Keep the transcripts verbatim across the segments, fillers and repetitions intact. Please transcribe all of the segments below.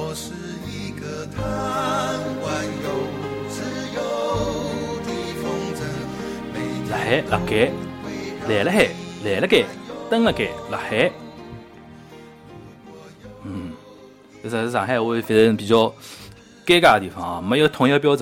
我是一个贪玩又自由的风筝。 辣海、辣盖、来了海、来了盖、登了盖、辣海。嗯，这是上海我反正比较尴尬的地方啊，没有统一的标准。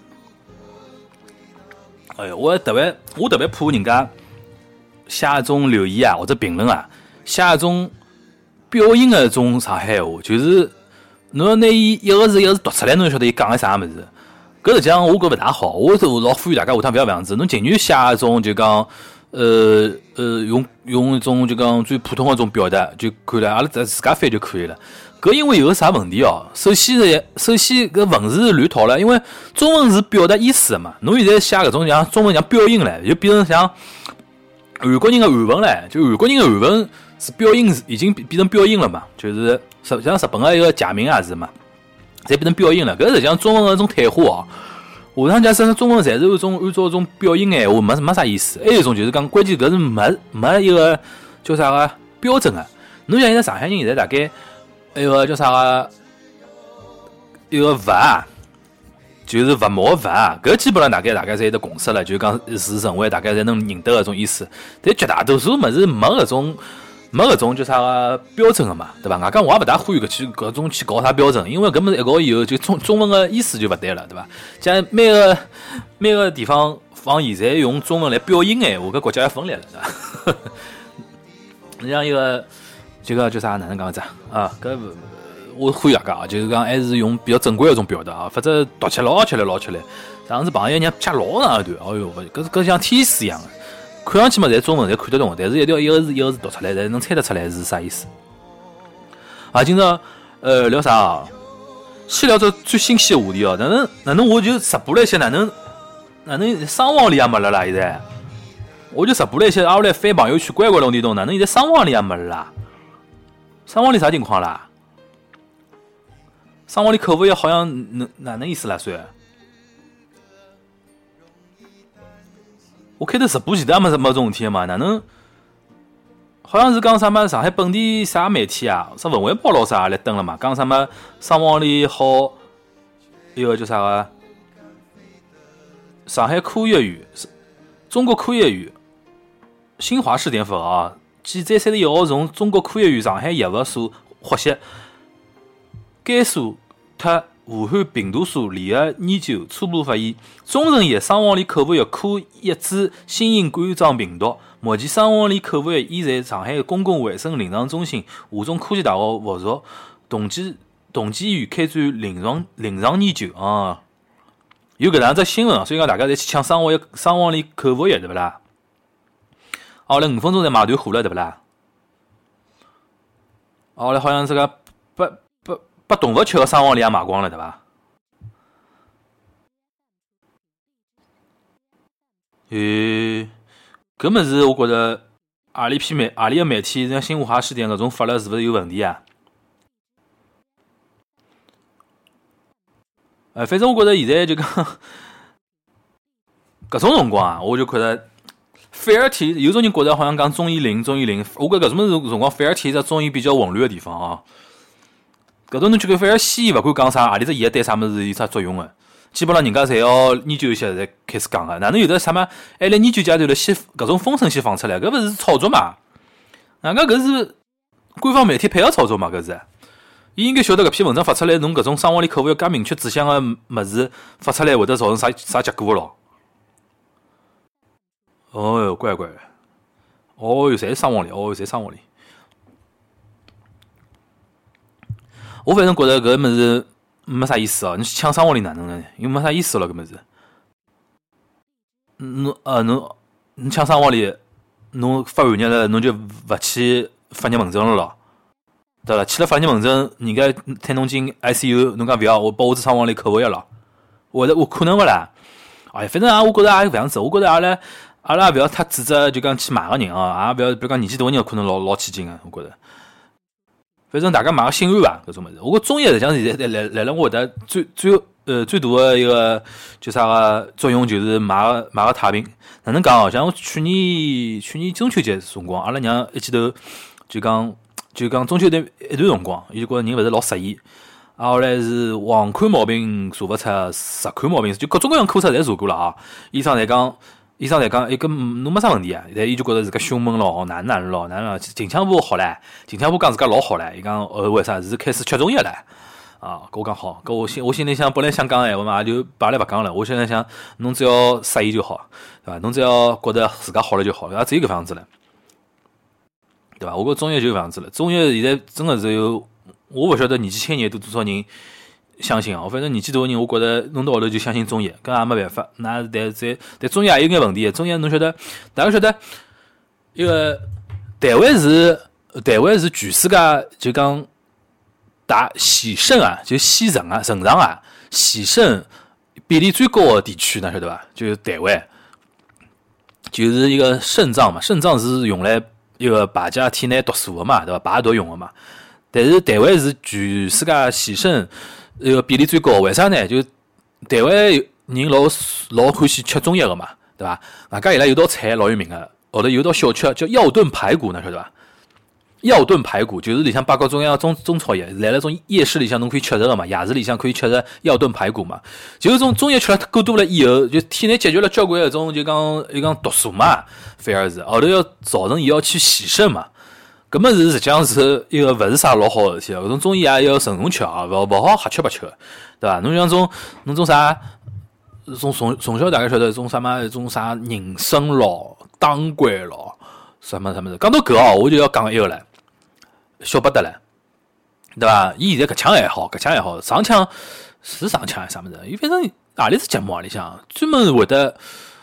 哎呀，我特别我特别怕人家写一种留言啊或者评论啊，写一种表音的一种上海话，就是侬拿伊一个字一个字读出来，侬就晓得伊讲个啥物事。搿实际上我觉勿大好，我是老呼吁大家下趟勿要搿样子，侬情愿写一种就讲呃呃用用一种就讲最普通的一种表达就可以了，阿拉自自家翻就可以了。搿因为有个啥问题哦？首先是首先搿文字是乱套了，因为中文是表达意思的嘛。侬现在写搿种像中文像标音唻，就变成像韩国人的韩文唻，就韩国人的韩文是标音，已经变成标音了嘛。就是像日本的一个假名也是嘛，侪变成标音了。搿实际上中文的一种退化哦。下趟假使中文侪是一种按照一种标音闲话，没没啥意思。还有一种就是讲，关键搿是没没一个叫啥个标准啊。侬像现在上海人现在大概。那个叫啥个？一个勿啊，就是勿毛勿啊，搿基本上大概大概侪有得共识了，就讲是成为大概侪能认得搿种意思。但绝大多数物事没搿种没搿种叫啥个标准个嘛，对伐？外加我也勿大欢喜搿去搿种去搞啥标准，因为搿物事一搞以后，就中中文个意思就勿对了，对伐？像每个每个地方方言侪用中文来标音闲话，搿国家要分裂了，对伐？你像一个。这个叫啥？哪能讲子啊？搿我欢喜大家啊，就是讲还是用比较正规的一种表达啊，否则读起老吃力老吃力。上次碰见人家写老长一段，哎哟，搿搿像天书一样的，看上去嘛，侪中文侪看得懂，但是一定要一个字一个字读出来，才能猜得出来是啥意思。啊，今朝呃聊啥啊？先聊这最新鲜的话题哦。哪能哪能我就直播了一些，哪能哪能商网里也没了啦？现在我就直播了一些，挨下来翻朋友圈，乖乖弄地动，哪能现在商网里也没了啦？商网里啥情况啦？商网里客服也好像能哪能意思啦？算，我开头直播前头也没没这种事体嘛？哪能？好像是讲啥么？上海本地啥媒体啊？啥文汇报咯啥来登了嘛？讲啥么？商网里好一个叫啥个？上海科粤语，中国科粤语，新华视点粉啊！记载三十一号从中国科粤语上海业务所获悉，该所特武汉病毒所联合研究初步发现，中成药商网里口服药可抑制新型冠状病毒。目前，商网里口服药已在上海公共卫生临床中心、华中科技大学附属同济同济医院开展临床临床研究啊。有搿能只新闻，所以讲大家侪去抢商网商网里口服药，对勿啦？后来五分钟才买断货了，对不啦？后来好像这个拨拨拨动物吃的商网里也卖光了，对吧？诶，搿么事我觉着何里批媒何里个媒体像新华视点搿种发了是勿是有问题啊？呃，反正我觉着现在就讲搿种辰光啊，我就觉着。反而体有种人觉得好像讲中医零中医零，我觉搿种辰光反而体在中医比较混乱的地方啊。搿种侬去看反而西医勿管讲啥，何里只药对啥物事有啥作用的，基本上人家侪要研究一下才开始讲个。哪能有的啥么还来研究阶段了先搿种风声先放出来，搿勿是炒作嘛？人家搿是官方媒体配合炒作嘛？搿是，伊应该晓得搿篇文章发出来，侬搿种商网里口服要介明确指向个物事发出来会得造成啥啥结果咯？哦哟，乖乖，哦哟，侪是商网里，哦哟，侪商网里。我反正觉着搿物事没啥意思哦，你去抢商网里哪能呢？因为没啥意思了，搿物事。侬呃侬侬抢商网里，侬发寒热了，侬就勿去发热门诊了咯，对伐？去了发热门诊，人家推侬进 I C U， 侬讲勿要，我把我只商网里口服药了，我我可能勿啦？哎，反正啊，我觉着也搿样子，我觉着阿拉。阿拉也勿要太指责，就讲去买个人啊，也勿要，比如讲年纪大个人可能老老起劲个，我觉着。反正大家买个心安伐，搿种物事。我觉中医实际上现在来来了我搿搭最最呃最大个一个就啥个作用就是买个买个太平。哪能讲哦？像我去年去年中秋节辰光，阿拉娘一记头就讲就讲中秋节一段辰光，伊就觉着人勿是老适意。 啊后来是黄看毛病查勿出，实看毛病就各种各样科测侪查过了啊。医生侪讲，医生侪讲，一个侬没啥问题啊，但伊就觉着自家胸闷咯，哪能哪能咯，哪能颈腔部好唻，颈腔部讲自家老好唻，伊讲呃为啥是开始吃中药唻？啊，跟我讲好，跟我心我心里想，本来想讲闲话嘛，就摆来勿讲了。我现在想，侬只要适意就好，对伐？侬只要觉得自家好了就好，也只有搿样子了，对伐？我觉中药就搿样子了。中药现在真的是有。我勿晓得年纪轻人有多少人相信啊，反正年纪大个人，我觉着弄到后头就相信中药，搿也没办法。那但在但中药也有眼问题，中药侬晓得，大家晓得，一个台湾是台湾是全世界就讲打洗肾啊，就洗肾啊，肾脏啊，洗肾比例最高的地区，㑚晓得伐？就是台湾，就是一个肾脏嘛，肾脏是用来一个排解体内毒素的嘛，对伐？排毒用的嘛。但是台湾是全世界洗肾一个比例最高，为啥呢？就台湾人老老欢喜吃中药的嘛，对伐？外加伊拉有道菜老有名个，后头有道小吃叫药炖排骨，㑚晓得伐？药炖排骨就是里向摆各种各样中中草药，来了种夜市里向侬可以吃着个嘛，夜市里向可以吃着药炖排骨嘛。就是种中药吃了够多了以后，就体内解决了交关一种就讲一讲毒素嘛，反而是后头要造成伊要去洗肾嘛。搿么是实际上是一个勿是啥老好个事体，搿种中医也要慎重吃啊，勿勿好瞎吃八吃，对伐？侬像种侬种啥，从从从小大家晓得种啥么，种啥人参咯、当归咯，什么什么的。讲到搿哦，我就要讲一个了，小巴德了，对伐？伊现在搿腔还好，搿腔还好，上腔是上腔还是啥物事？伊反正何里是节目啊里向专门会得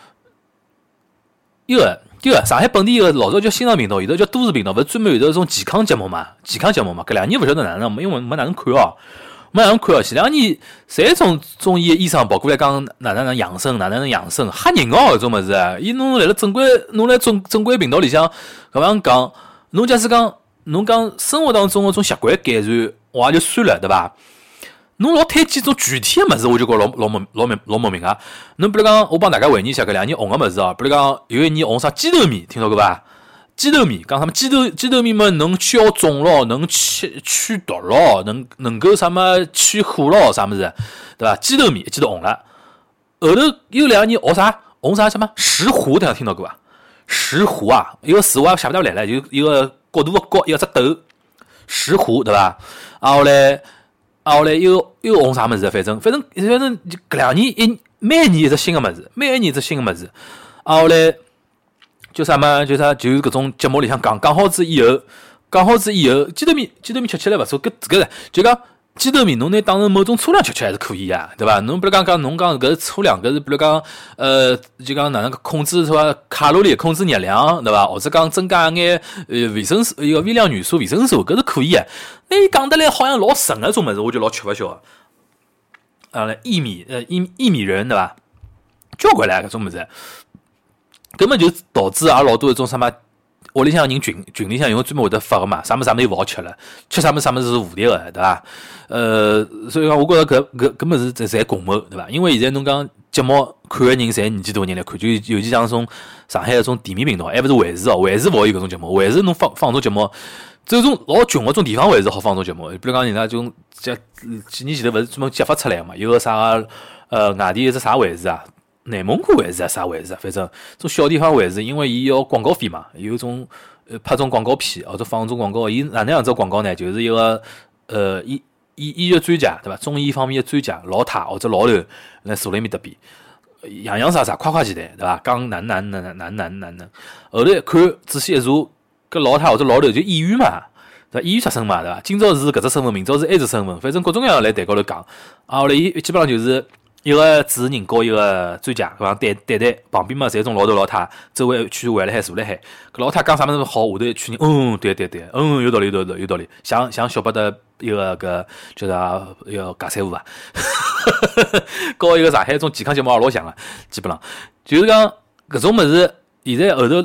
一个。对个，上海本地一个老早叫新浪频道，现在叫都市频道，勿是专门有得种健康节目嘛？健康节目嘛，搿两年勿晓得哪能，因为没哪能看哦，没哪能看哦。前两年侪从中医医生跑过来讲哪能能养生，哪能能养生，吓人哦！搿种物事，伊侬来了正规，侬来正正规频道里向搿样讲，侬假使讲侬讲生活当中搿种习惯改善，我也就算了，对伐？侬老推荐种具体的物事，我就觉老老莫老莫老莫名啊！侬比如讲，我帮大家回忆一下搿两年红个物事哦。比如讲，有一年红啥鸡头面，听到过伐？鸡头面讲什么鸡头鸡头面嘛，能消肿咯，能去驱毒咯，能能够什么去火咯，啥物事，对伐？鸡头面一记头红了。后头有两年红啥红啥什么石斛，大家听到过伐？石斛啊，一个字我也写不得来了，就一个角度个角，一个只斗，石斛对伐？啊后来。啊，后来又又红啥物事？反正反正反正搿两年一每年一只新个物事，每一年一只新个物事。啊，后来就啥嘛，就啥就搿种节目里向讲讲好子以后，讲好子以后，鸡头面鸡头面吃起来勿错，搿搿个就讲鸡头面侬拿当成某种粗粮吃吃还是可以啊，对伐？侬比如讲讲侬讲搿是粗粮，搿是比如讲呃，就讲哪能控制是吧？卡路里控制热量，对伐？或者讲增加眼呃维生素一个微量元素、维生素，搿是可以个。那伊讲得来好像老神个种物事，我就老吃勿消。啊，薏米呃薏薏米仁对伐？交关唻搿种物事，根本就导致啊老多一种什么。屋里向人群群里向有专门会得发个嘛，啥么啥么又勿好吃了，吃啥么啥么是无敌个，对伐？呃，所以讲我觉着搿搿搿物事侪侪共谋，对伐？因为现在侬讲节目看个人侪年纪大个人来看，就尤其像种上海搿种地面频道，还勿是卫视哦，卫视勿好有搿种节目，卫视侬放放种节目，只有种老穷个种地方卫视好放种节目，比如讲人家种几几年前头勿是专门揭发出来个嘛，有个啥呃外地一只啥卫视啊？内蒙古卫视啊，啥卫视啊？反正种小地方卫视，因为伊要广告费嘛，有种呃拍种广告片或者放种广告，伊哪能样子广告呢？就是一个呃医医医学专家对伐？中医方面的专家老太或者老头来坐辣埃面搭边，洋洋洒洒夸夸其谈对伐？讲哪能哪能哪能哪能哪能，后头一看仔细一查，搿老太或者老头就演员嘛。对伐？演员出身嘛，对伐？今朝是搿只身份，明朝是埃只身份，反正各种各样来台高头讲。啊，后来伊基本上就是一个主持人和一个专家，搿样对对对，旁边嘛侪种老头老太，周围一圈围辣海坐辣海。搿老太讲啥物事好，下头一圈人，嗯，对对对，嗯，有道理，有道理，有道理。像像小巴的一个搿叫啥一个假三胡啊，和一个上海一种健康节目也老像啊，基本上就是讲搿种物事，现在后头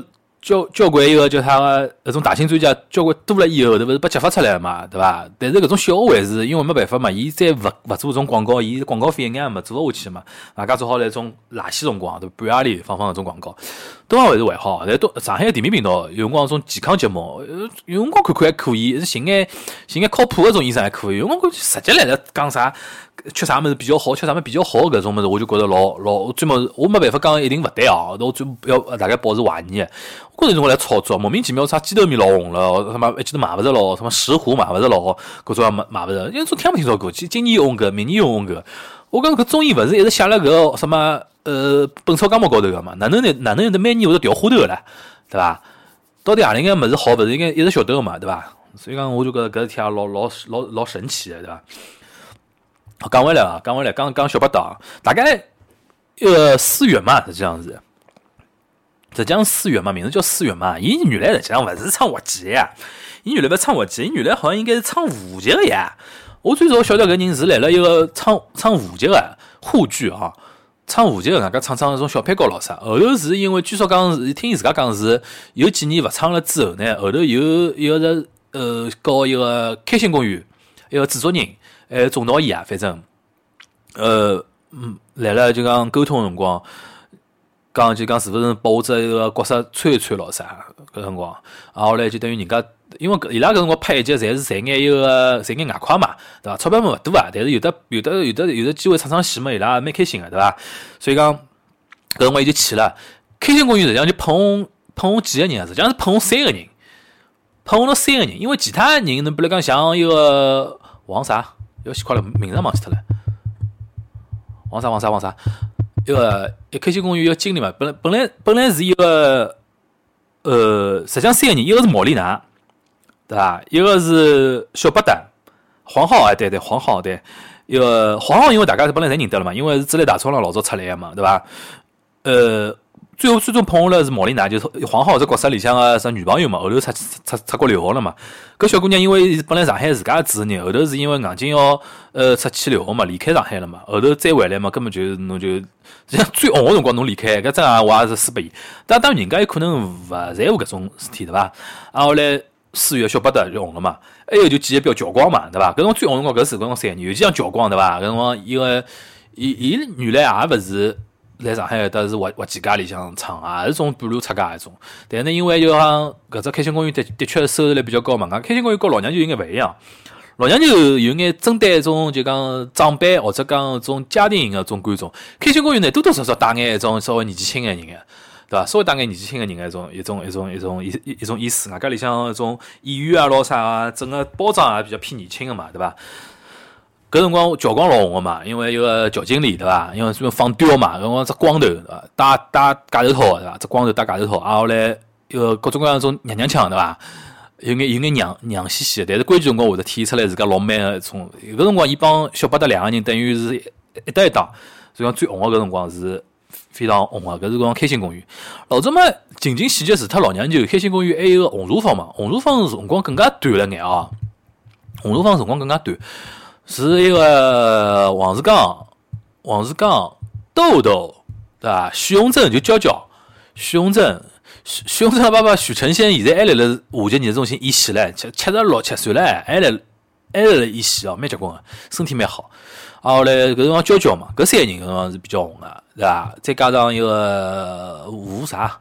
交交关一个叫啥个搿种大型专家交关多了以后，对勿是被激发出来了嘛，对伐？但是搿种小还是因为没办法嘛，伊再勿勿做种广告，伊广告费一眼也没做勿下去嘛，大家只好来种垃圾辰光，对半夜里放放搿种广告，东方卫视还好，但东上海电视频道有辰光种健康节目，有辰光看看还可以，是寻眼寻眼靠谱搿种医生还可以，有辰光直接来了讲啥吃啥物事比较好，吃啥物事比较好搿种物事，我就觉着老老专门我没办法讲一定勿对啊，我专要大概保持怀疑。我觉着种来炒作，莫名其妙啥鸡头面老红了，他妈一记头买勿着咯，他妈石虎买勿着咯，搿种也买买勿着，因为种听没听说过，今今年红搿，明年又红搿。我讲搿综艺勿是一直写了搿什么呃《本草纲目》高头个嘛？哪能呢？哪能有得每年会得调花头个啦？对伐？到底何里眼物事好，勿是应该一直晓得个嘛？对伐？所以讲，我就觉着搿事体也老老老老神奇个，对伐？讲回来啊，讲回来，刚刚小八道，大概呃思源嘛，是这样子。浙江思源嘛，名字叫思源嘛。伊原来实际上勿是唱滑稽呀，伊原来勿唱滑稽，伊原来好像应该是唱武节个呀。我最早晓得搿人是来了一个唱唱武节个沪剧啊，唱武节个，外加唱唱那种小配角咾啥。后头是因为据说讲是听伊自家讲是有几年勿唱了之后呢，后头有一个是呃搞一个开心公园一个制作人，呃总导演啊，反正呃嗯来了就讲沟通个辰光。讲就讲是勿是把我这一个角色穿一穿咯啥？搿辰光，啊后来就等于人家，因为伊拉搿辰光拍一集，侪是赚眼一个赚眼外快嘛，对伐？钞票嘛勿多啊，但是有的有的有的有的机会唱唱戏嘛，伊拉蛮开心个，对伐？所以讲搿辰光伊就去了。开心公园实际上就捧红捧红几个人啊？实际上是捧红三个人，捧红了三个人，因为其他人侬比如讲像一个王啥，要死快了，名字忘记脱了，王啥王啥王啥。一个一开心公园一个经理嘛，本来本来本来是一个呃，实际上三个人，一个是毛丽娜，对伐？一个是小巴达，黄浩哎，对对，黄浩对，一个黄浩，因为大家是本来侪认得了嘛，因为是自来大冲浪老早出来的嘛，对伐？呃，最后最终捧红了是毛丽娜，就是黄浩这角色里向个啥女朋友嘛，后头出出出国留学了嘛。搿小姑娘因为本来上海自家主人，后头是因为硬劲要呃出去留学嘛，离开上海了嘛，后头再回来嘛，根本就侬就。实际上最红个辰光侬离开，搿真闲话也是输拨伊。但当然人家有可能勿在乎搿种事体，对伐？啊后来四月小巴达就红了嘛，还有就记忆比较乔光嘛，对伐？搿辰光最红辰光搿是搿辰光三年，尤其像乔光对伐？搿辰光伊个伊伊原来也勿是来上海搿搭是滑滑稽街里向唱，也是种半路出家搿种。但是呢，因为就讲搿只开心公园的的确收视率比较高嘛，讲开心公园跟老娘舅应该勿一样。老娘舅有眼针对种就讲长辈或者讲种家庭型个种观众，开心公园呢多多少少带眼一种稍微年纪轻个人个，对伐？稍微带眼年纪轻个人个一种一种一种一种一一一种意思。外加里向一种演员啊老啥啊，整个包装也比较偏年轻个嘛，对伐？搿辰光乔光老红个嘛，因为一个乔经理对伐？因为专门放刁嘛，搿辰光只光头对伐？戴戴假头套对伐？只光头戴假头套，啊后来一个各种各样种娘娘腔对伐？有眼有眼娘娘兮兮的，但是关键辰光会得体现出来自家老 man 个种。搿辰光伊帮小巴达两个人等于是一搭一档，所以讲最红个搿辰光是非常红个。搿是讲开心公园。老早嘛，情景喜剧除脱老娘舅，开心公园还有个红茶坊嘛。红茶坊辰光更加短了眼啊。红茶坊辰光更加短，是一个王世刚、王世刚、豆豆对伐？许荣珍就娇娇，许荣珍。许许荣珍爸爸许承先现在还来了话剧艺术中心演戏唻，七七十六七岁了，还来还来了演戏哦，蛮结棍个，身体蛮好。啊，后来搿辰光娇娇嘛，搿三个人搿辰光是比较红个，对伐？再加上一个吴啥，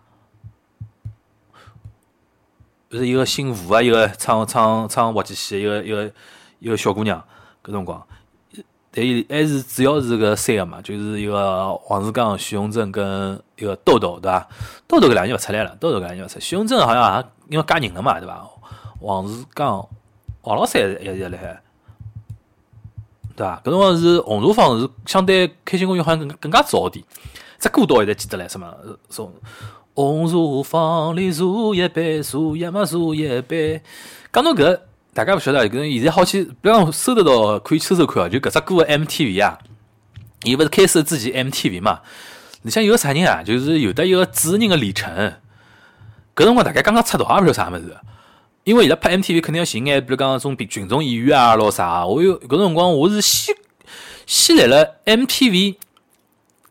就是一个姓吴个一个唱唱唱滑稽戏一个一个一个小姑娘，搿辰光。但伊还是主要是搿三个嘛，就是一个王世刚、许荣珍跟一个豆豆，对伐？豆豆搿两年勿出来了，豆豆搿两年勿出。许荣珍好像也因为加人了嘛，对伐？王世刚、王老三也也辣海，对伐？搿辰光是红茶坊是相对开心公园好像更更加早点，只歌倒还在记得来什么从红茶坊里坐一杯，坐一嘛坐一杯，讲到搿。大家勿晓得，搿现在好去，比方搜得到，可以搜搜看啊。就搿只歌个 M T V 啊，伊勿是开始之前 M T V 嘛？你像有个啥人啊？就是有的一个主持人个李晨，搿辰光大概刚刚出道，也勿晓得啥物事。因为伊拉拍 M T V 肯定要寻眼，比如讲种群众演员啊，咾啥。我有搿辰光我是先先来了 M T V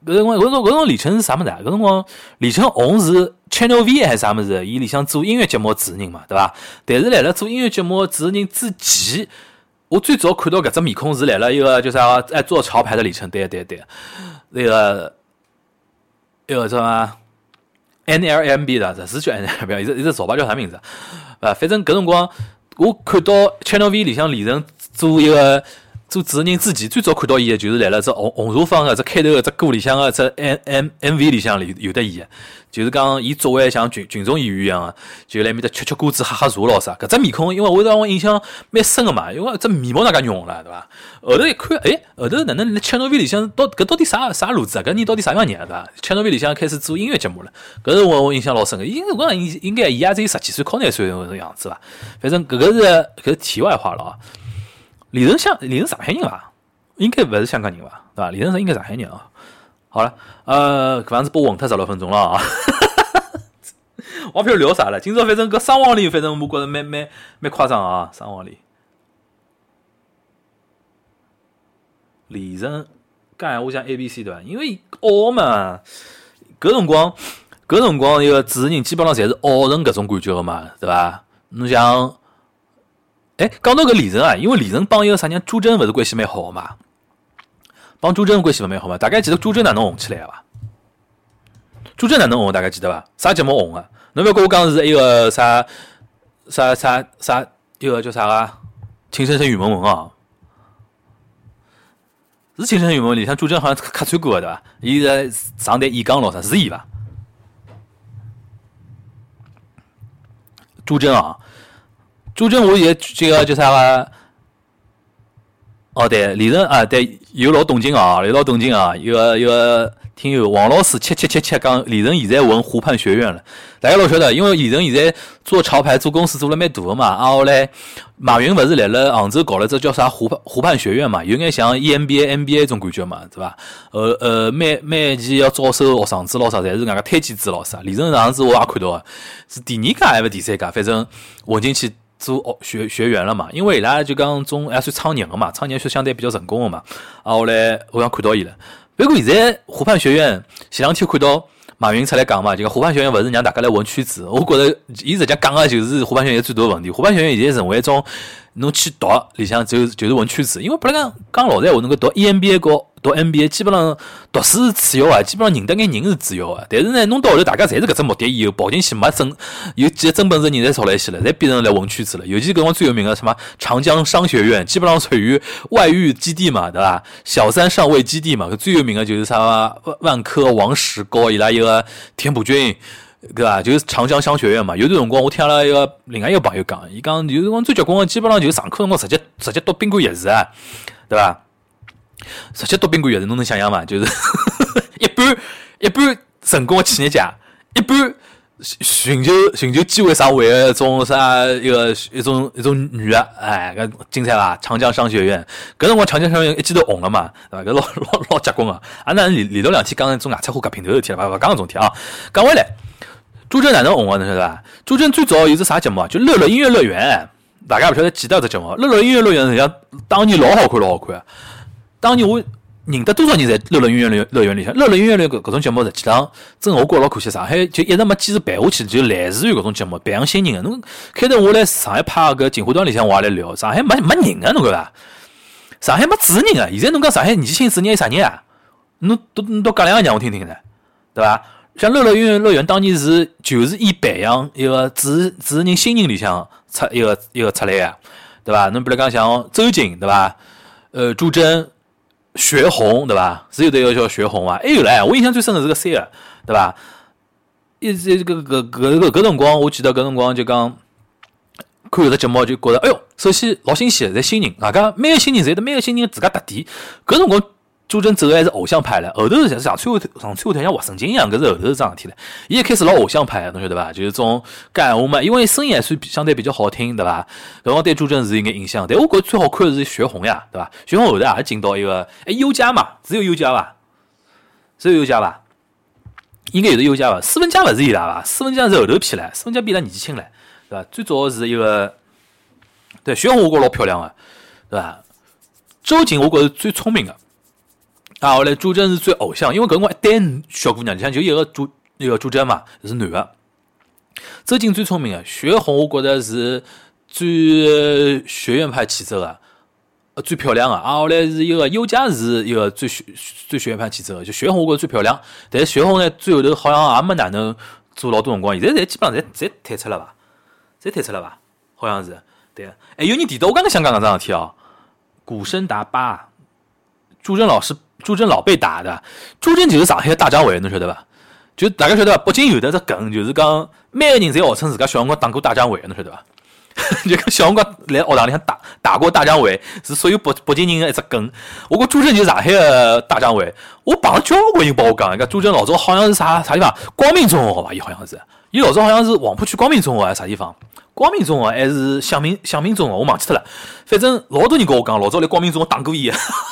搿辰光搿辰搿辰光李晨是啥物事啊？搿辰光李晨红是 Channel V 还是啥物事？伊里向做音乐节目主持人嘛，对伐？但是来了做音乐节目主持人之前，我最早看到搿只面孔是来了一个叫啥爱做潮牌的李晨，对对对，那个一个叫啥 N L M B 的，是叫 N L M B， 一直一直潮牌叫啥名字啊？反正搿辰光我看到 Channel V 里向李晨做一个。做主持人之前，最早看到伊个就是来了只红红茶坊个只开头个只歌里向个只 M M M V 里向里有得伊个，就是讲伊作为像群群众演员一样个，就来面搭吃吃瓜子、喝喝茶咯啥。搿只面孔，因为我让我印象蛮深个嘛，因为这面貌哪介用了，对伐？后头一看，哎，后头哪能来 Channel V 里向到搿到底啥啥路子啊？搿人到底啥样人啊？对伐 ？Channel V 里向开始做音乐节目了，搿是我我印象老深个。应我讲应应该伊也只有十几岁、靠廿岁个样子伐？反正搿个是搿是题外话了啊。李晨像李晨上海人伐？应该勿是香港人吧，对吧？李晨是应该上海人啊。好了，呃，搿房子被混脱十六分钟了啊。我不晓得聊啥了。今朝反正搿伤亡里，反正我觉着蛮蛮蛮夸张啊，伤亡里。李晨讲闲话像 A B C 对伐？因为傲嘛，搿辰光搿辰光一个主持人基本上侪是傲成搿种感觉个嘛，对伐？侬像，哎，讲到搿李晨啊，因为李晨帮一个啥人朱桢勿是关系蛮好个嘛。帮朱桢关系勿蛮好嘛？大概记得朱桢哪能红起来伐？朱桢哪能红？大概记得伐？啥节目红啊？侬勿要跟我讲是一个啥啥啥啥一个叫啥个？情深深雨蒙蒙啊？是情深深雨蒙蒙里向朱桢好像客串过的对伐？伊在上台演讲咯啥？是伊伐？朱桢啊，朱桢我也这个叫啥个？哦，对，李晨啊，对，有老动静啊，有老动静啊，一个一个听友王老师七七七七讲，李晨现在混湖畔学院了，大家老晓得，因为李晨现在做潮牌、做公司做了蛮大个嘛，啊后来马云勿是来了杭州搞了只叫啥湖畔湖畔学院嘛，有眼像 E M B A、M B A 种感觉嘛，对伐？呃呃，每每期要招收学生子咯啥，侪是人家推荐子咯啥。李晨上次我也看到个，是第二届还是第三届，反正混进去。做学学员了嘛，因为伊拉就讲种还算创业个嘛，创业算相对比较成功个嘛。啊，后来我想看到伊了。不过现在湖畔学院前两天看到马云出来讲嘛，就讲湖畔学院勿是让大家来混圈子。我觉着伊实际讲个就是湖畔学院最大的问题。湖畔学院现在成为一种侬去读里向就就是混圈子，因为本来讲讲老实闲话，侬个读 E M B A 和读 M B A 基本上读书是次要啊，基本上认得眼人是主要啊。但是呢，弄到后头大家侪是搿只目的以后跑进去没真有几个真本事人侪吵来一起了，侪变成来混圈子了。尤其搿光最有名的什么长江商学院，基本上属于外遇基地嘛，对伐？小三上位基地嘛，搿最有名的就是啥万科、王石和伊拉一个田朴珺。对伐？就是长江商学院嘛。有段辰光，我听了一个另外一个朋友讲，伊讲有辰光最结棍的，基本上就是上课辰光直接直接到宾馆浴室啊，对伐？直接到宾馆浴室，侬能想象嘛？就是一般一般成功的企业家，一般寻求寻求机会上位的一种啥一个一种一种女的，哎，搿精彩伐？长江商学院，搿辰光长江商学院一记头红了嘛，对伐？搿老老老结棍个。啊，那连连头两天讲那种外出货搿平头事体了，勿勿讲搿种事体啊。讲回来。朱桢哪能红啊？侬晓得伐？朱桢最早有是啥节目啊？就乐乐音乐乐园，大家勿晓得记得这节目。乐乐音乐乐园实际上当年老好看，老好看。当年我认得多少人在乐乐音乐乐园里向？乐乐音乐乐园搿搿种节目实际上，真我觉着老可惜。上海就一直没坚持办下去，就类似于搿种节目培养新人个。侬开头我来上海拍搿锦华端里向，我也来聊，上海没没人啊，侬搿伐？上海没主持人啊！现在侬讲上海年纪轻主持人有啥人啊？侬都侬都讲两个让我听听呢，对伐？像乐乐音乐乐园当年是就是以培养一个主主持人新人里向出一个一个出来个，对伐？侬比如讲像周瑾，对伐？呃，朱桢、学红，对伐？是有的一个叫学红啊，还有唻，我印象最深的是个三个，对伐？一直这个搿搿搿搿辰光，我记得搿辰光就讲看有的节目就觉着，哎哟，首先老新鲜，侪新人，大家每个新人侪有每个新人自家特点，搿辰光。朱桢走的还是偶像派了，后头是上川下上川下台像活神经一样，搿是后头是桩事体了。伊一开始老偶像派，侬晓得伐？就是种讲闲话嘛，因为声音还算相对比较好听，对伐？搿光对朱桢是有眼印象，但我觉着最好看的是学红呀，对伐？学红后头也是进到一个哎优家嘛，只有优家伐？只有优家伐？应该有的优家伐？斯文家勿是伊拉伐？斯文家是后头批了，斯文家比伊拉年纪轻了，对伐？最早是一个对学红我觉着老漂亮个，对伐？周瑾我觉着最聪明个。 啊，后来朱桢是最偶像，因为搿辰光一堆小姑娘，你像就一个朱一个朱桢嘛，是男的。周瑾最聪明的，血红我觉得是最学院派气质的，呃，最漂亮的。啊，后来是一个邱家是一个最学最学院派气质的，就血红我觉得最漂亮。但是血红呢，最后头好像也没哪能做老多辰光，现在侪基本上侪侪退出了吧，侪退出了吧，好像是。对，哎，有人提到我刚刚想讲搿桩事体哦，古生达八，朱桢老师，朱桢老被打的，朱桢就是上海的大张伟，侬晓得伐？就大家晓得伐？北京有的只梗，就是讲每个人侪号称自家小辰光打过大张伟，侬晓得伐？就讲小辰光来学堂里向打打过大张伟，是所有北北京人的一只梗。我觉朱桢就是上海的大张伟，我碰交关人帮我讲，讲朱桢老早好像是啥啥地方，光明中学吧，伊好像是，伊老早好像是黄浦区光明中学还是啥地方？光明中学还是祥明祥明中学，我忘记脱了。反正老多人跟我讲，老早来光明中学打过伊。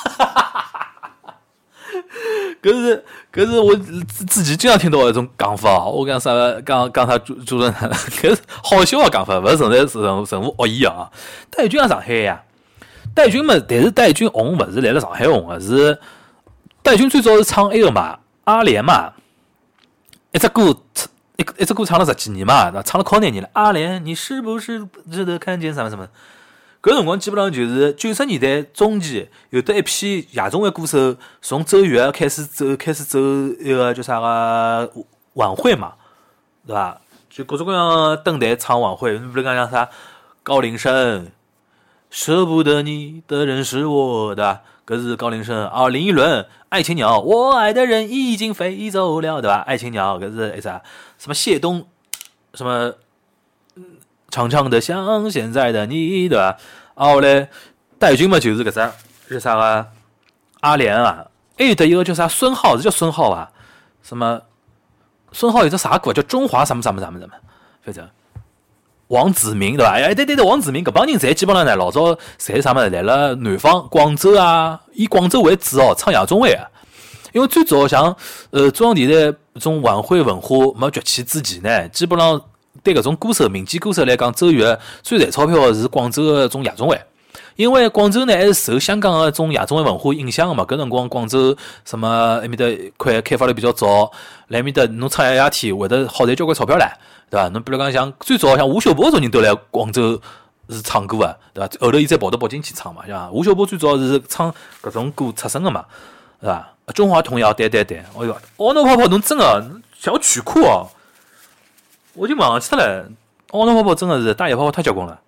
搿是搿是我自己经常听到的一种讲法，我讲啥讲讲他主主任，搿是好笑的讲法，勿是存在任任何恶意啊。戴军啊，上海呀，戴军嘛，但是戴军红勿是来了上海红的，是戴军最早是唱那个嘛，阿莲嘛，一只歌一一只歌唱了十几年嘛，唱了靠廿年了。阿莲，你是不是值得看见什么什么？搿辰光基本上就是九十年代中期，有得一批夜总会歌手从奏乐开始走，开始走一个叫啥个晚会嘛，对伐？就各种各样登台唱晚会，比如讲像啥高林生，舍不得你的人是我，对伐？搿是高林生啊，林依轮，爱情鸟，我爱的人已经飞走了，对伐？爱情鸟，搿是啥？什么谢东，什么？长长的像现在的你，对吧？啊，后来戴军嘛，就是搿只是啥个阿莲啊，还有得一个叫啥孙浩，是叫孙浩啊？什么孙浩有只啥歌叫中华什么什么什么什么？反正王子明对吧？哎，对对对，王子明搿帮人侪基本上呢，老早侪啥么来了南方广州啊，以广州为主哦，唱夜总会啊。因为最早像呃中央电台这种晚会文化没崛起之前呢，基本上。对搿种歌手、民间歌手来讲，奏乐最赚钞票的是广州的种夜总会，因为广州呢还是受香港的种夜总会文化影响的嘛。搿辰光广州什么埃面搭块开发的比较早，来面搭侬唱夜夜天会得好赚交关钞票唻，对伐？侬比如讲像最早像吴秀波这种人都来广州是唱歌的，对伐？后头伊再跑到北京去唱嘛，像吴秀波最早是唱搿种歌出身的嘛，对伐？中华童谣，对对对，哎哟，哦侬泡泡侬真的小曲库哦。我就忘记了，奥诺泡泡真的是大野泡泡太结棍了。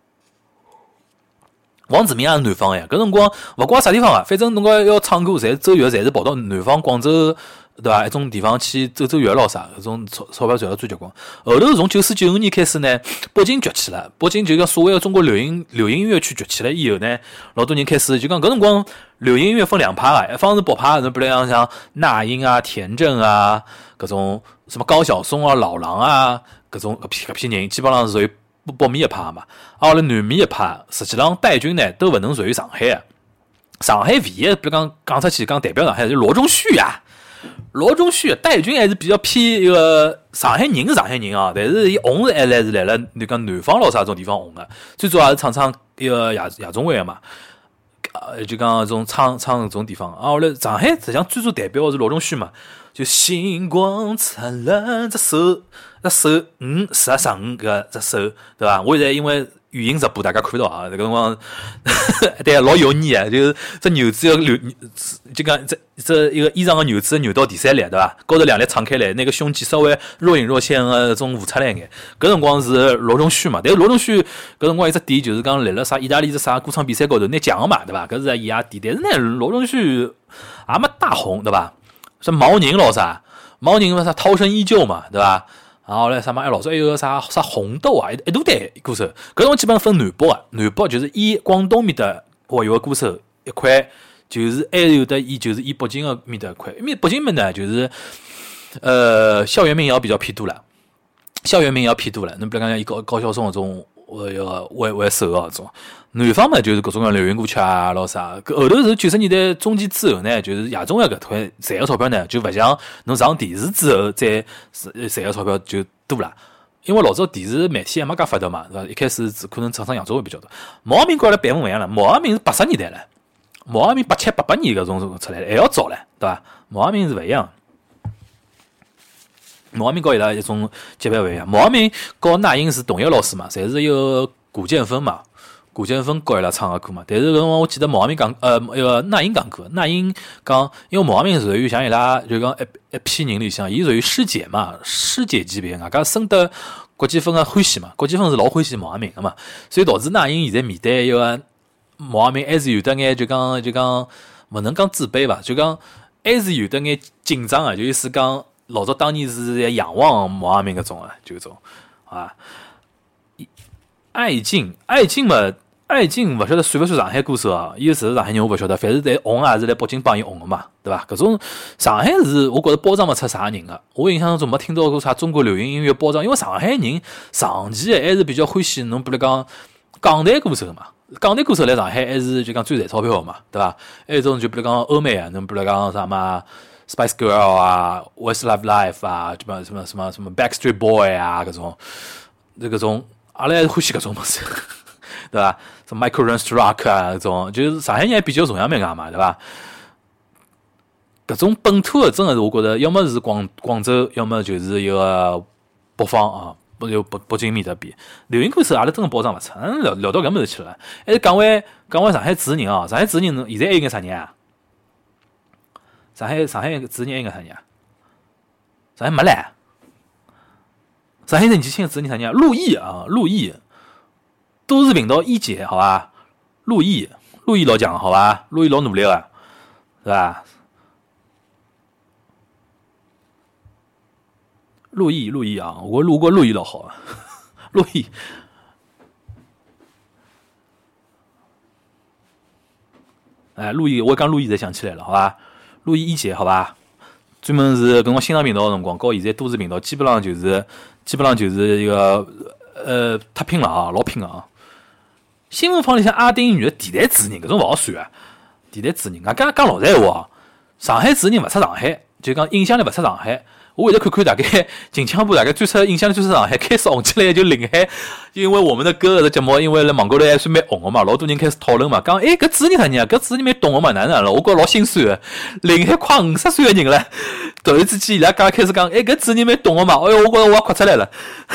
王子明也是南方呀，搿辰光勿管啥地方啊，反正侬讲要唱歌，侪奏乐，侪是跑到南方广州，对伐？一种地方去奏奏乐咯啥，搿种钞钞票赚了最结棍。后头从九四九五年开始呢，北京崛起了，北京就讲所谓的中国流行流行音乐区崛起了以后呢，老多人开始就讲搿辰光流行音乐分两派啊，一方是北派，侬比如讲像那英啊、田震啊，搿种什么高晓松啊、老狼啊。搿种搿批搿批人基本上是属于北面一派嘛，啊，后来南面一派，实际上戴军呢都勿能属于上海的。上海唯一，比如讲讲出去讲代表上海就罗中旭啊，罗中旭，戴军还是比较偏一个上海人是上海人啊，但是伊红是还来是来了你讲南方咯啥种地方红的，最主要还是唱唱一个夜夜总会的嘛，呃就讲种唱唱搿种地方啊，后来上海实际上最主代表的是罗中旭嘛。就星光灿烂这首这首五十啊十五搿只首对伐？我现在因为语音直播大家看到啊，这个辰光对老油腻啊，就是这牛子要流，就讲这这一个衣裳的牛子扭到第三粒对伐？高头两粒敞开来，那个胸肌稍微若隐若现的种浮出来眼。搿辰光是罗中旭嘛，但是罗中旭搿辰光一只点就是讲来了啥意大利只啥歌唱比赛高头拿奖嘛对伐？搿是伊也点，但是呢罗中旭也没大红对伐？像毛宁咯啥，毛宁嘛啥涛声依旧嘛，对吧？然后嘞什么哎老早还有个啥啥红豆啊，一一大堆歌手，搿种基本上分南北啊，南北就是以广东面的活跃歌手一块，就是还有的以就是以北京的面的一块，因为北京面呢就是呃校园民谣比较偏多了，校园民谣偏多了，侬比如讲以高高晓松搿种呃为为首啊搿种。南方嘛，就是各种各样流行歌曲啊，老啥。搿后头是九十年代中期之后呢，就是夜总会搿块赚个钞票呢，就勿像侬上电视之后再赚个钞票就多了。因为老早电视媒体还没介发达嘛，对伐？一开始只可能唱唱夜总会比较多。毛阿敏跟阿拉版本勿一样了，毛阿敏是八十年代了， 毛阿敏八七八八年搿种出来还要早唻，对伐？毛阿敏是勿一样。毛阿敏和伊拉一种级别勿一样。毛阿敏和那英是同一个老师嘛，侪是一个古建芬嘛，古建芬教伊拉唱个歌嘛。但是搿辰光我记得毛阿敏讲，呃，一个那英讲过，那英讲，因为毛阿敏属于像伊拉就讲一一批人里向，伊属于师姐嘛，师姐级别，外加深得郭建芬个欢喜嘛，郭建芬是老欢喜毛阿敏个嘛，所以导致那英现在面对一个毛阿敏还是有得眼就讲就讲勿能讲自卑伐，就讲还是有得眼紧张个，就意思讲。老早当年是在仰望毛阿敏搿种啊，就搿种啊。艾敬，艾敬嘛，艾敬勿晓得算勿算上海歌手啊？伊是上海人，我勿晓得。反正在红也是来北京帮伊红个嘛，对伐？搿种上海是我觉着包装勿出啥人个。我印象当中没听到过啥中国流行音乐包装，因为上海人长期还是比较欢喜侬比如讲港台歌手嘛。港台歌手来上海还是就讲最赚钞票嘛，对伐？还有一种就比如讲欧美啊，侬比如讲啥嘛。Spice Girl 啊 ，Westlife Life 啊，什么什么什么什么 Backstreet Boy 啊，搿种，这搿种，阿拉欢喜搿种物事，对伐？什么 Michael Rock 啊，搿种，就是上海人还比较崇洋媚外嘛，对伐？搿种本土的真的是我觉得，要么是广广州，要么就是一个北方啊，不就北北京面搭边。流行歌手阿拉真个保障勿出，聊聊到搿物事去了。还是讲回讲回上海主持人哦，上海主持人现在还有眼啥人啊？上海上海主持人还有眼啥人啊？上海没唻。上海年纪轻的主持人啥人啊？陆毅啊，陆毅，都市频道一姐，好吧？陆毅，陆毅老强，好吧？陆毅老努力个，是吧？陆毅，陆毅啊，我路过陆毅老好啊，陆毅。哎，陆毅，我讲陆毅才想起来了，好吧？陆毅一姐，好吧？专门是跟我新浪频道的辰光，和现在都市频道基本上就是基本上就是一个呃太拼了啊，老拼了啊！新闻坊里向阿丁女的电台主持人，搿种勿好算啊！电台主持人，俺讲讲老实闲话，上海主持人勿出上海，就讲影响力勿出上海。我会得看看大概近腔部大概最出影响力最出上海，开始红起来就临海，因为我们的歌搿个节目，因为辣网高头还算蛮红个嘛，老多人开始讨论嘛，讲哎搿主持人啥人啊？搿主持人蛮懂个嘛，哪能了？我觉老心酸个，临海快五十岁个人了，突然之间伊拉讲开始讲，哎搿主持人蛮懂个嘛，哎哟我觉着我也哭出来了。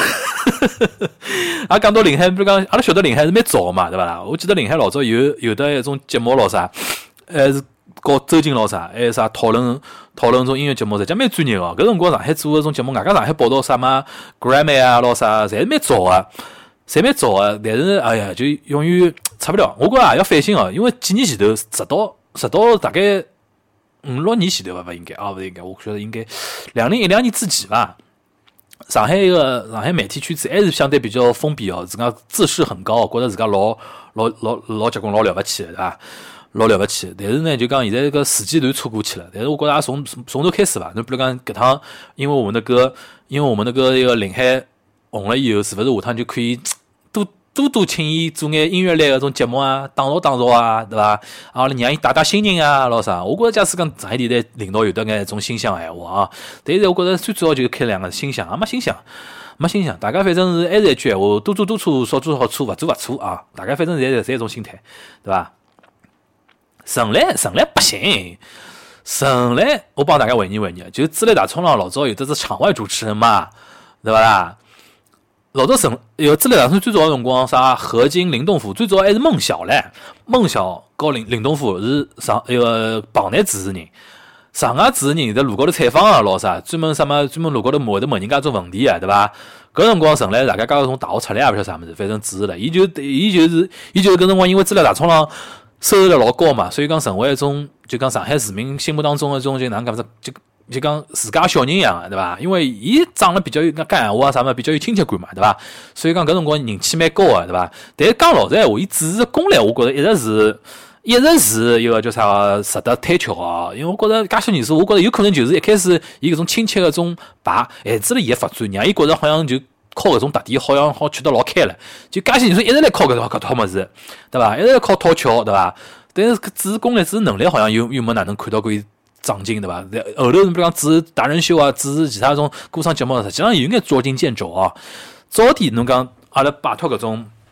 也讲到临海，比如讲阿拉晓得临海是蛮早个嘛，对伐啦？我记得临海老早有有的一种节目咾啥，还是搞周金咾啥，还有啥讨论。讨论种音乐节目，实际蛮专业个。搿辰光上海做搿种节目，外加上海报道啥嘛 Grammy 啊，咾啥，侪是蛮早个，侪蛮早个。但是哎呀，就永远出不了。我觉着也要反省个，因为几年前头，直到直到大概五六年前头伐，勿应该啊，勿应该，我觉得应该两零一两年之前伐。上海一个上海媒体圈子还是相对比较封闭哦，自家自视很高，觉着自家老老老老结棍、老了不起，对伐？老了不起，但是呢，就讲现在这个时间段错过去了。但是我觉着也从从头开始吧。侬比如讲搿趟，因为我们的歌，因为我们的歌一个临海红了以后，是勿是下趟就可以多多多请伊做眼音乐类搿种节目啊，打造打造啊，对伐？啊，让伊带带新人啊，老啥？我觉着假使讲上海电台领导有得眼种心想闲话啊，但是我觉着最主要就是开两个心想，也没心想。没心想，大家反正是还是一句闲话，多做多错，少做少错，勿做勿错啊！大家反正侪侪一种心态，对伐？陈来，陈来不行。陈来，我帮大家回忆回忆，就是资历大冲浪老早有的是场外主持人嘛，对伐啦？老早陈有资历大冲最早的辰光啥何金、林东甫，最早还是孟晓唻。孟晓和林林东甫是上一个棚内主持人，上海主持人在路高头采访啊，老啥专门什么专门路高头会得问人家种问题啊，对伐？搿辰光陈来大家刚刚从大学出来也勿晓得啥物事，反正主持了，伊就伊就是伊就是搿辰光因为资历大冲浪。收入老高嘛，所以讲成为一种就讲上海市民心目当中的一种就哪能讲子就就讲自家小人一样，对伐？因为伊长得比较有讲闲话啊啥么比较有亲切感嘛，对伐？所以讲搿辰光人气蛮高个，对伐？但是讲老实闲话，伊主持功力我觉着一直是一直是一个叫啥值得推敲啊。因为我觉着介些年数，我觉着有可能就是一开始伊搿种亲切个种牌，限制了伊个发展，让伊觉着好像就。靠搿种特点，好像好吃得老开了，就介些年数一直来靠搿套搿套物事，对伐？一直来靠讨巧，对伐？但是搿主持功力、主持能力好像又又没哪能看到过伊长进，对伐？后头比如讲主持达人秀啊，主持其他种歌唱节目，实际上有眼捉襟见肘啊。早点侬讲阿拉摆脱搿种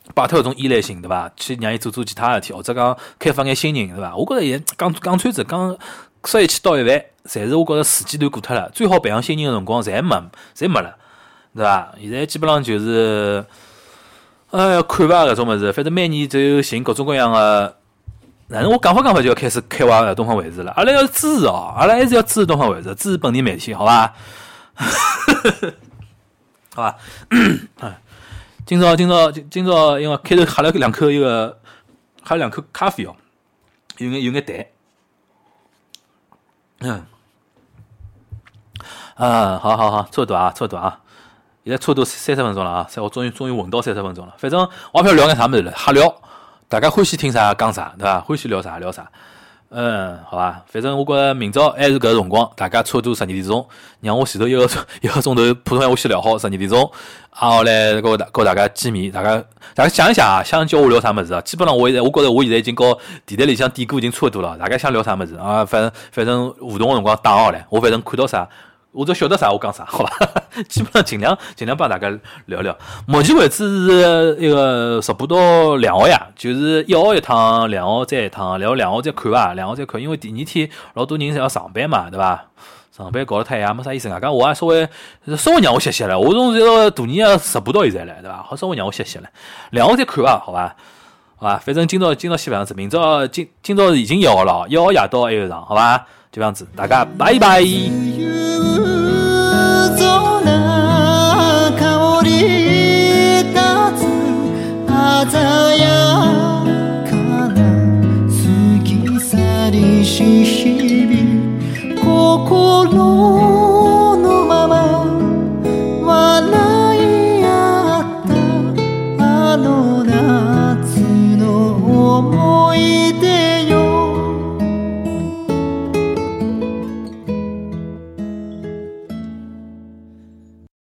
摆脱搿种依赖性，对伐？去让伊做做其他事体，或者讲开发眼新人，对伐？我觉着现在讲讲穿子讲说一千道一万，侪是我觉着时间段过脱了。最好培养新人个辰光，侪没，侪没了，对伐？现在基本上就是，哎呀，看伐搿种物事，反正每年就寻各种各样个。哪能我讲法讲法就要开始开挖东方卫视了？阿拉要支持哦，阿拉还是要支持东方卫视，支持本地媒体，好伐？好伐？今朝今朝今朝，因为开头喝了两口一个，喝了两口咖啡哦，有眼有眼淡。嗯，啊，好好好，差不多啊，差不多啊，现在差不多三十分钟了啊，我终于终于混到三十分钟了。反正我也不晓得聊眼啥物事了，瞎聊，大家欢喜听啥讲啥，对伐？欢喜聊啥聊啥。嗯，好吧，反正我觉着明朝还是搿个辰光，大家差不多十二点钟，让我前头一个一个钟头普通闲话先聊好，十二点钟，啊，后来跟大跟大家见面，大家大家想一想啊，想叫我聊啥物事啊？基本上我现在我觉着我现在已经和电台里向点歌已经差不多了，大家想聊啥物事啊？反正反正互动个辰光打好唻，我反正看到啥。我只晓得啥我讲啥，好吧？基本上尽量尽量帮大家聊聊。目前为止是一个直播到两号呀，就是一号一趟，两号再一趟，然后两号再看伐，两号再看，因为第二天老多人侪要上班嘛，对伐？上班搞得太夜没啥意思啊！讲我也稍微稍微让我歇歇了，我从这个大年夜直播到现在了，对伐？好稍微让我歇歇了，两号再看伐，好吧？好吧，反正今朝今朝先搿样子，明朝今今朝已经一号了，一号夜到还有场，好吧？就这样子，大家拜拜。鮮やかな過ぎ去りし日々心